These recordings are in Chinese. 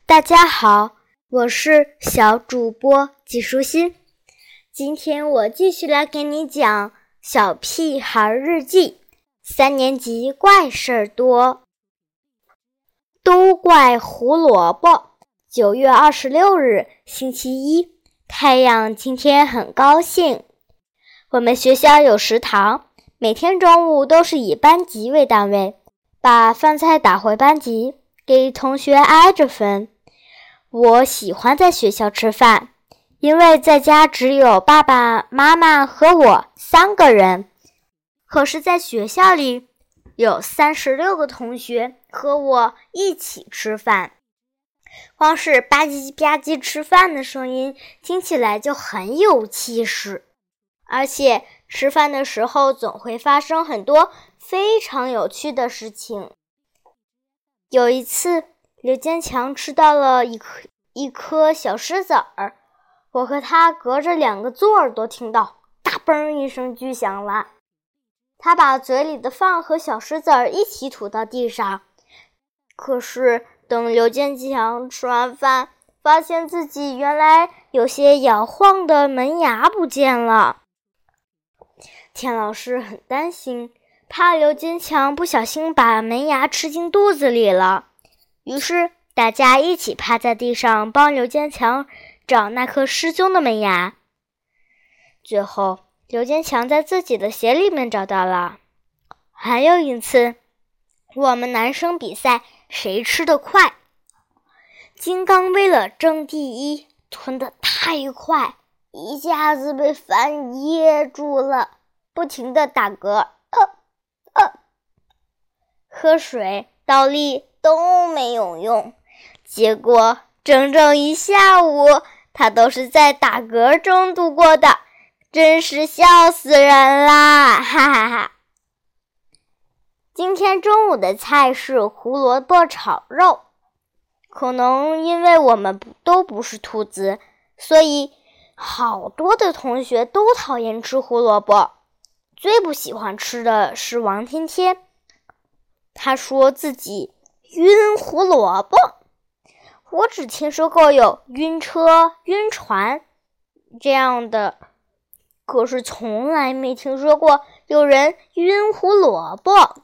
大家好，我是小主播季舒心。今天我继续来给你讲《小屁孩日记》3年级怪事儿多。都怪胡萝卜。9月26日，星期一，太阳今天很高兴。我们学校有食堂，每天中午都是以班级为单位，把饭菜打回班级，给同学挨着分。我喜欢在学校吃饭，因为在家只有爸爸妈妈和我3个人。可是在学校里有36个同学和我一起吃饭，光是吧唧吧唧吃饭的声音听起来就很有气势，而且吃饭的时候总会发生很多非常有趣的事情。有一次，刘坚强吃到了一颗小石子儿，我和他隔着2个座儿都听到大嘣一声巨响了。他把嘴里的饭和小石子儿一起吐到地上，可是等刘坚强吃完饭，发现自己原来有些摇晃的门牙不见了。田老师很担心，怕刘坚强不小心把门牙吃进肚子里了，于是大家一起趴在地上帮刘坚强找那颗失踪的门牙。最后刘坚强在自己的鞋里面找到了。还有一次，我们男生比赛谁吃得快，金刚为了争第一吞得太快，一下子被饭噎住了，不停地打嗝，喝水倒立都没有用，结果整整1下午他都是在打嗝中度过的，真是笑死人啦，哈哈哈。今天中午的菜是胡萝卜炒肉，可能因为我们都不是兔子，所以好多的同学都讨厌吃胡萝卜。最不喜欢吃的是王天天，他说自己晕胡萝卜。我只听说过有晕车、晕船这样的，可是从来没听说过有人晕胡萝卜。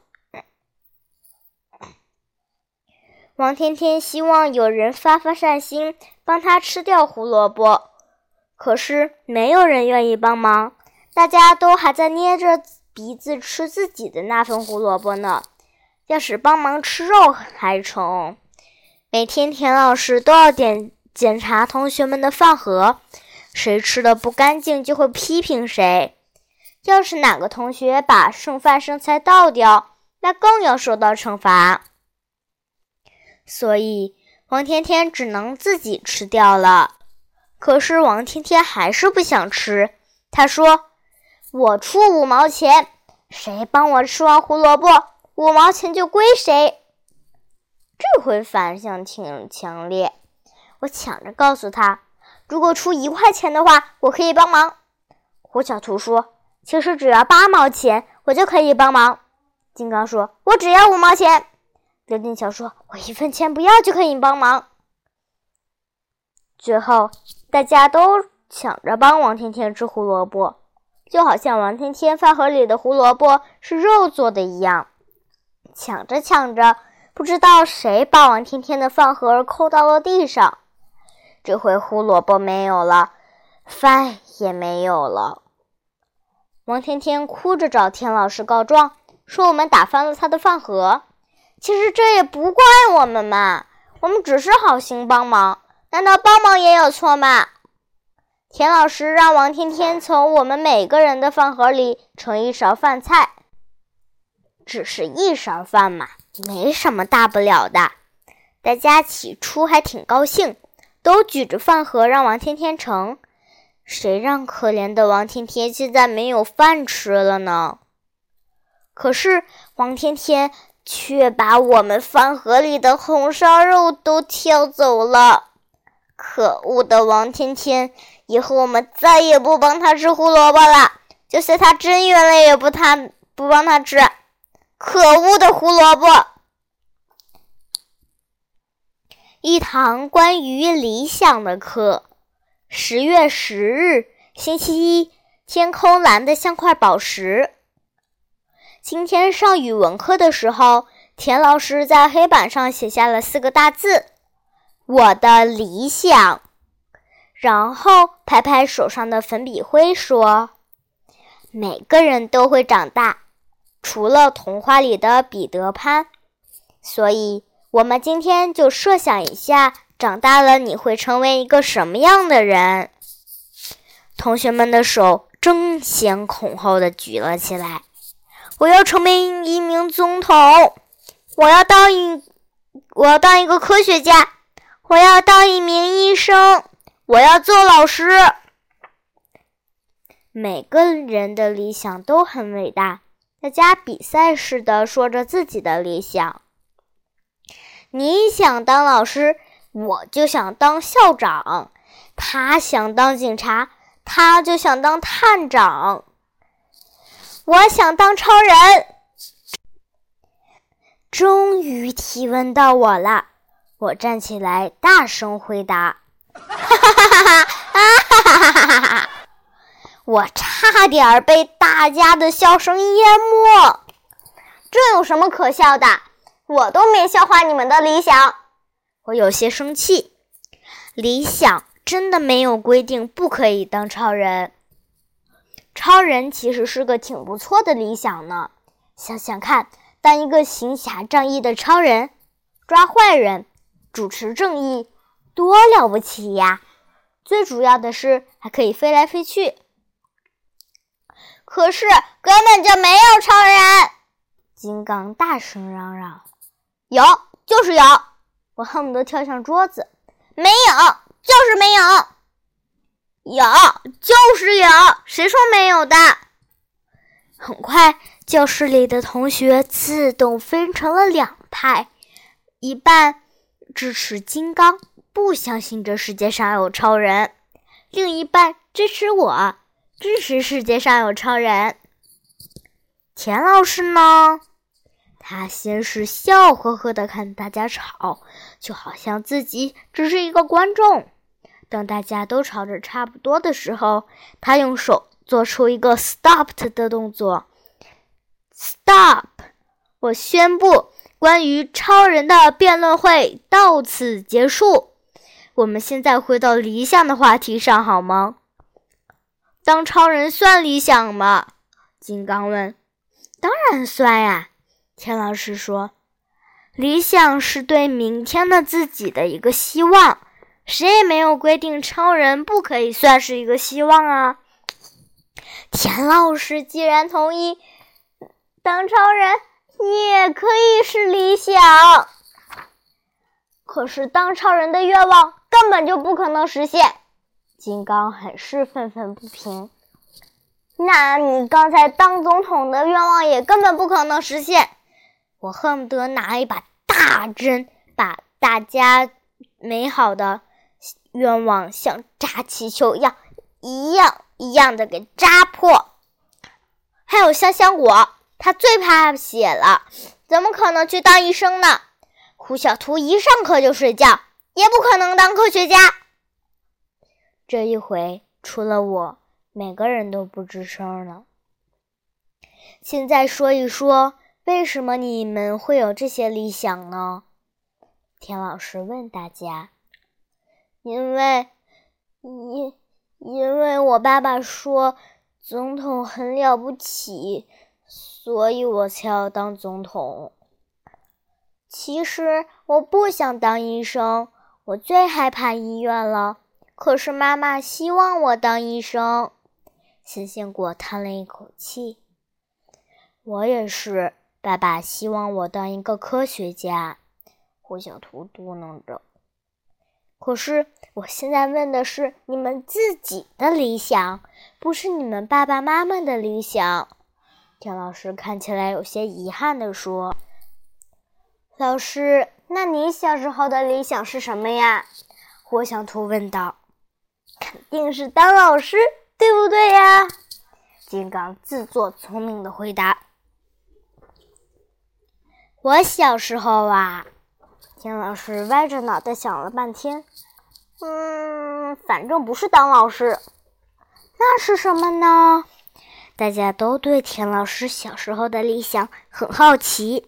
王天天希望有人发善心，帮他吃掉胡萝卜，可是没有人愿意帮忙，大家都还在捏着鼻子吃自己的那份胡萝卜呢。要是帮忙吃肉还成。每天田老师都要检查同学们的饭盒，谁吃的不干净就会批评谁。要是哪个同学把剩饭剩菜倒掉，那更要受到惩罚。所以王天天只能自己吃掉了。可是王天天还是不想吃，他说：“我出5毛钱，谁帮我吃完胡萝卜，5毛钱就归谁。”这回反响挺强烈，我抢着告诉他，如果出1块钱的话，我可以帮忙。胡小图说，其实只要8毛钱，我就可以帮忙。金刚说，我只要5毛钱。刘金桥说，我1分钱不要就可以帮忙。最后大家都抢着帮王天天吃胡萝卜，就好像王天天饭盒里的胡萝卜是肉做的一样。抢着不知道谁把王天天的饭盒扣到了地上，这回胡萝卜没有了，饭也没有了。王天天哭着找田老师告状，说我们打翻了他的饭盒。其实这也不怪我们嘛，我们只是好心帮忙，难道帮忙也有错吗？田老师让王天天从我们每个人的饭盒里盛1勺饭菜，只是1勺饭嘛，没什么大不了的。大家起初还挺高兴，都举着饭盒让王天天盛。谁让可怜的王天天现在没有饭吃了呢？可是王天天却把我们饭盒里的红烧肉都挑走了。可恶的王天天，以后我们再也不帮他吃胡萝卜了，就算他真晕了也不帮他吃。可恶的胡萝卜！ 一堂关于理想的课。10月10日，星期一，天空蓝得像块宝石。今天上语文课的时候，田老师在黑板上写下了4个大字：我的理想。然后拍拍手上的粉笔灰说，每个人都会长大，除了童话里的彼得潘。所以我们今天就设想一下，长大了你会成为一个什么样的人？同学们的手争先恐后地举了起来。我要成为一名总统，我要当一个科学家，我要当一名医生，我要做老师。每个人的理想都很伟大，大家比赛似的说着自己的理想。你想当老师，我就想当校长，他想当警察，他就想当探长。我想当超人。终于提问到我了，我站起来大声回答。哈哈哈哈哈哈哈！我差点被大家的笑声淹没。这有什么可笑的？我都没笑话你们的理想。我有些生气。理想真的没有规定不可以当超人。超人其实是个挺不错的理想呢。想想看，当一个行侠仗义的超人，抓坏人，主持正义，多了不起呀！最主要的是还可以飞来飞去。可是根本就没有超人！金刚大声嚷嚷。有，就是有！我恨不得跳上桌子。没有，就是没有！有，就是有！谁说没有的？很快，教室里的同学自动分成了2派，一半支持金刚，不相信这世界上有超人；另一半支持我，支持世界上有超人。田老师呢？他先是笑呵呵地看大家吵，就好像自己只是一个观众。当大家都吵着差不多的时候，他用手做出一个 stop 的动作。Stop！ 我宣布，关于超人的辩论会到此结束。我们现在回到理想的话题上好吗？当超人算理想吗？金刚问。当然算呀，田老师说。理想是对明天的自己的一个希望。谁也没有规定超人不可以算是一个希望啊。田老师既然同意当超人也可以是理想，可是当超人的愿望根本就不可能实现。金刚很是愤愤不平。那你刚才当总统的愿望也根本不可能实现。我恨不得拿一把大针把大家美好的愿望像扎气球一样的给扎破。还有香香果，他最怕血了，怎么可能去当医生呢？胡小图一上课就睡觉，也不可能当科学家。这一回除了我，每个人都不吱声了。现在说一说，为什么你们会有这些理想呢？田老师问大家。因为我爸爸说总统很了不起，所以我才要当总统。其实我不想当医生，我最害怕医院了。可是妈妈希望我当医生。鲜鲜果叹了一口气。我也是，爸爸希望我当一个科学家。胡小图嘟囔着。可是我现在问的是你们自己的理想，不是你们爸爸妈妈的理想。田老师看起来有些遗憾地说。老师，那你小时候的理想是什么呀？胡小图问道。肯定是当老师，对不对呀？金刚自作聪明地回答。我小时候啊， 田老师歪着脑袋想了半天，反正不是当老师。那是什么呢？大家都对田老师小时候的理想很好奇。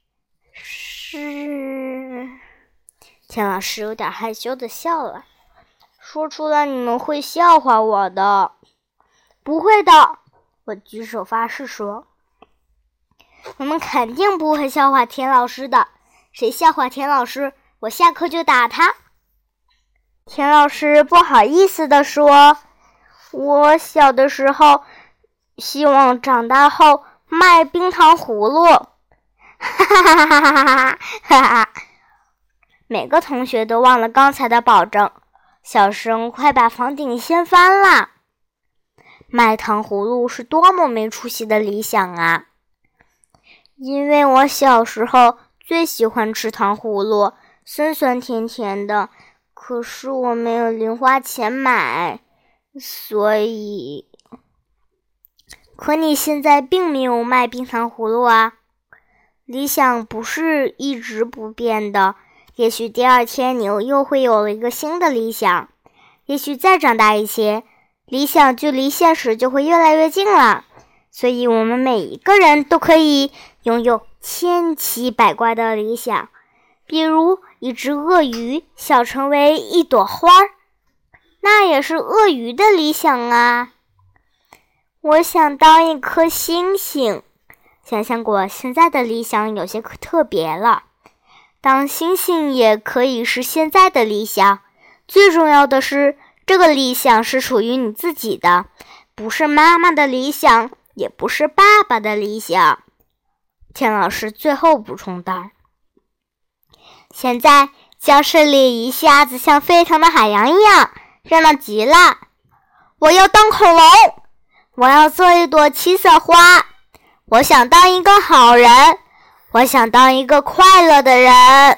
田老师有点害羞地笑了，说出来你们会笑话我的。不会的，我举手发誓说。我们肯定不会笑话田老师的，谁笑话田老师，我下课就打他。田老师不好意思地说，我小的时候希望长大后卖冰糖葫芦。哈哈哈哈哈哈哈！每个同学都忘了刚才的保证，小声快把房顶掀翻了。卖糖葫芦是多么没出息的理想啊！因为我小时候最喜欢吃糖葫芦，酸酸甜甜的，可是我没有零花钱买，所以……可你现在并没有卖冰糖葫芦啊！理想不是一直不变的，也许第二天你又会有了一个新的理想，也许再长大一些，理想距离现实就会越来越近了。所以我们每一个人都可以拥有千奇百怪的理想，比如一只鳄鱼想成为一朵花，那也是鳄鱼的理想啊。我想当一颗星星，想象过现在的理想有些特别了，当星星也可以是现在的理想。最重要的是，这个理想是属于你自己的，不是妈妈的理想，也不是爸爸的理想。田老师最后补充道。现在教室里一下子像沸腾的海洋一样，热闹极了。我要当恐龙，我要做一朵七色花，我想当一个好人，我想当一个快乐的人。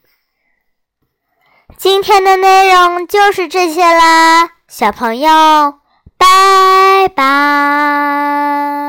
今天的内容就是这些啦，小朋友，拜拜。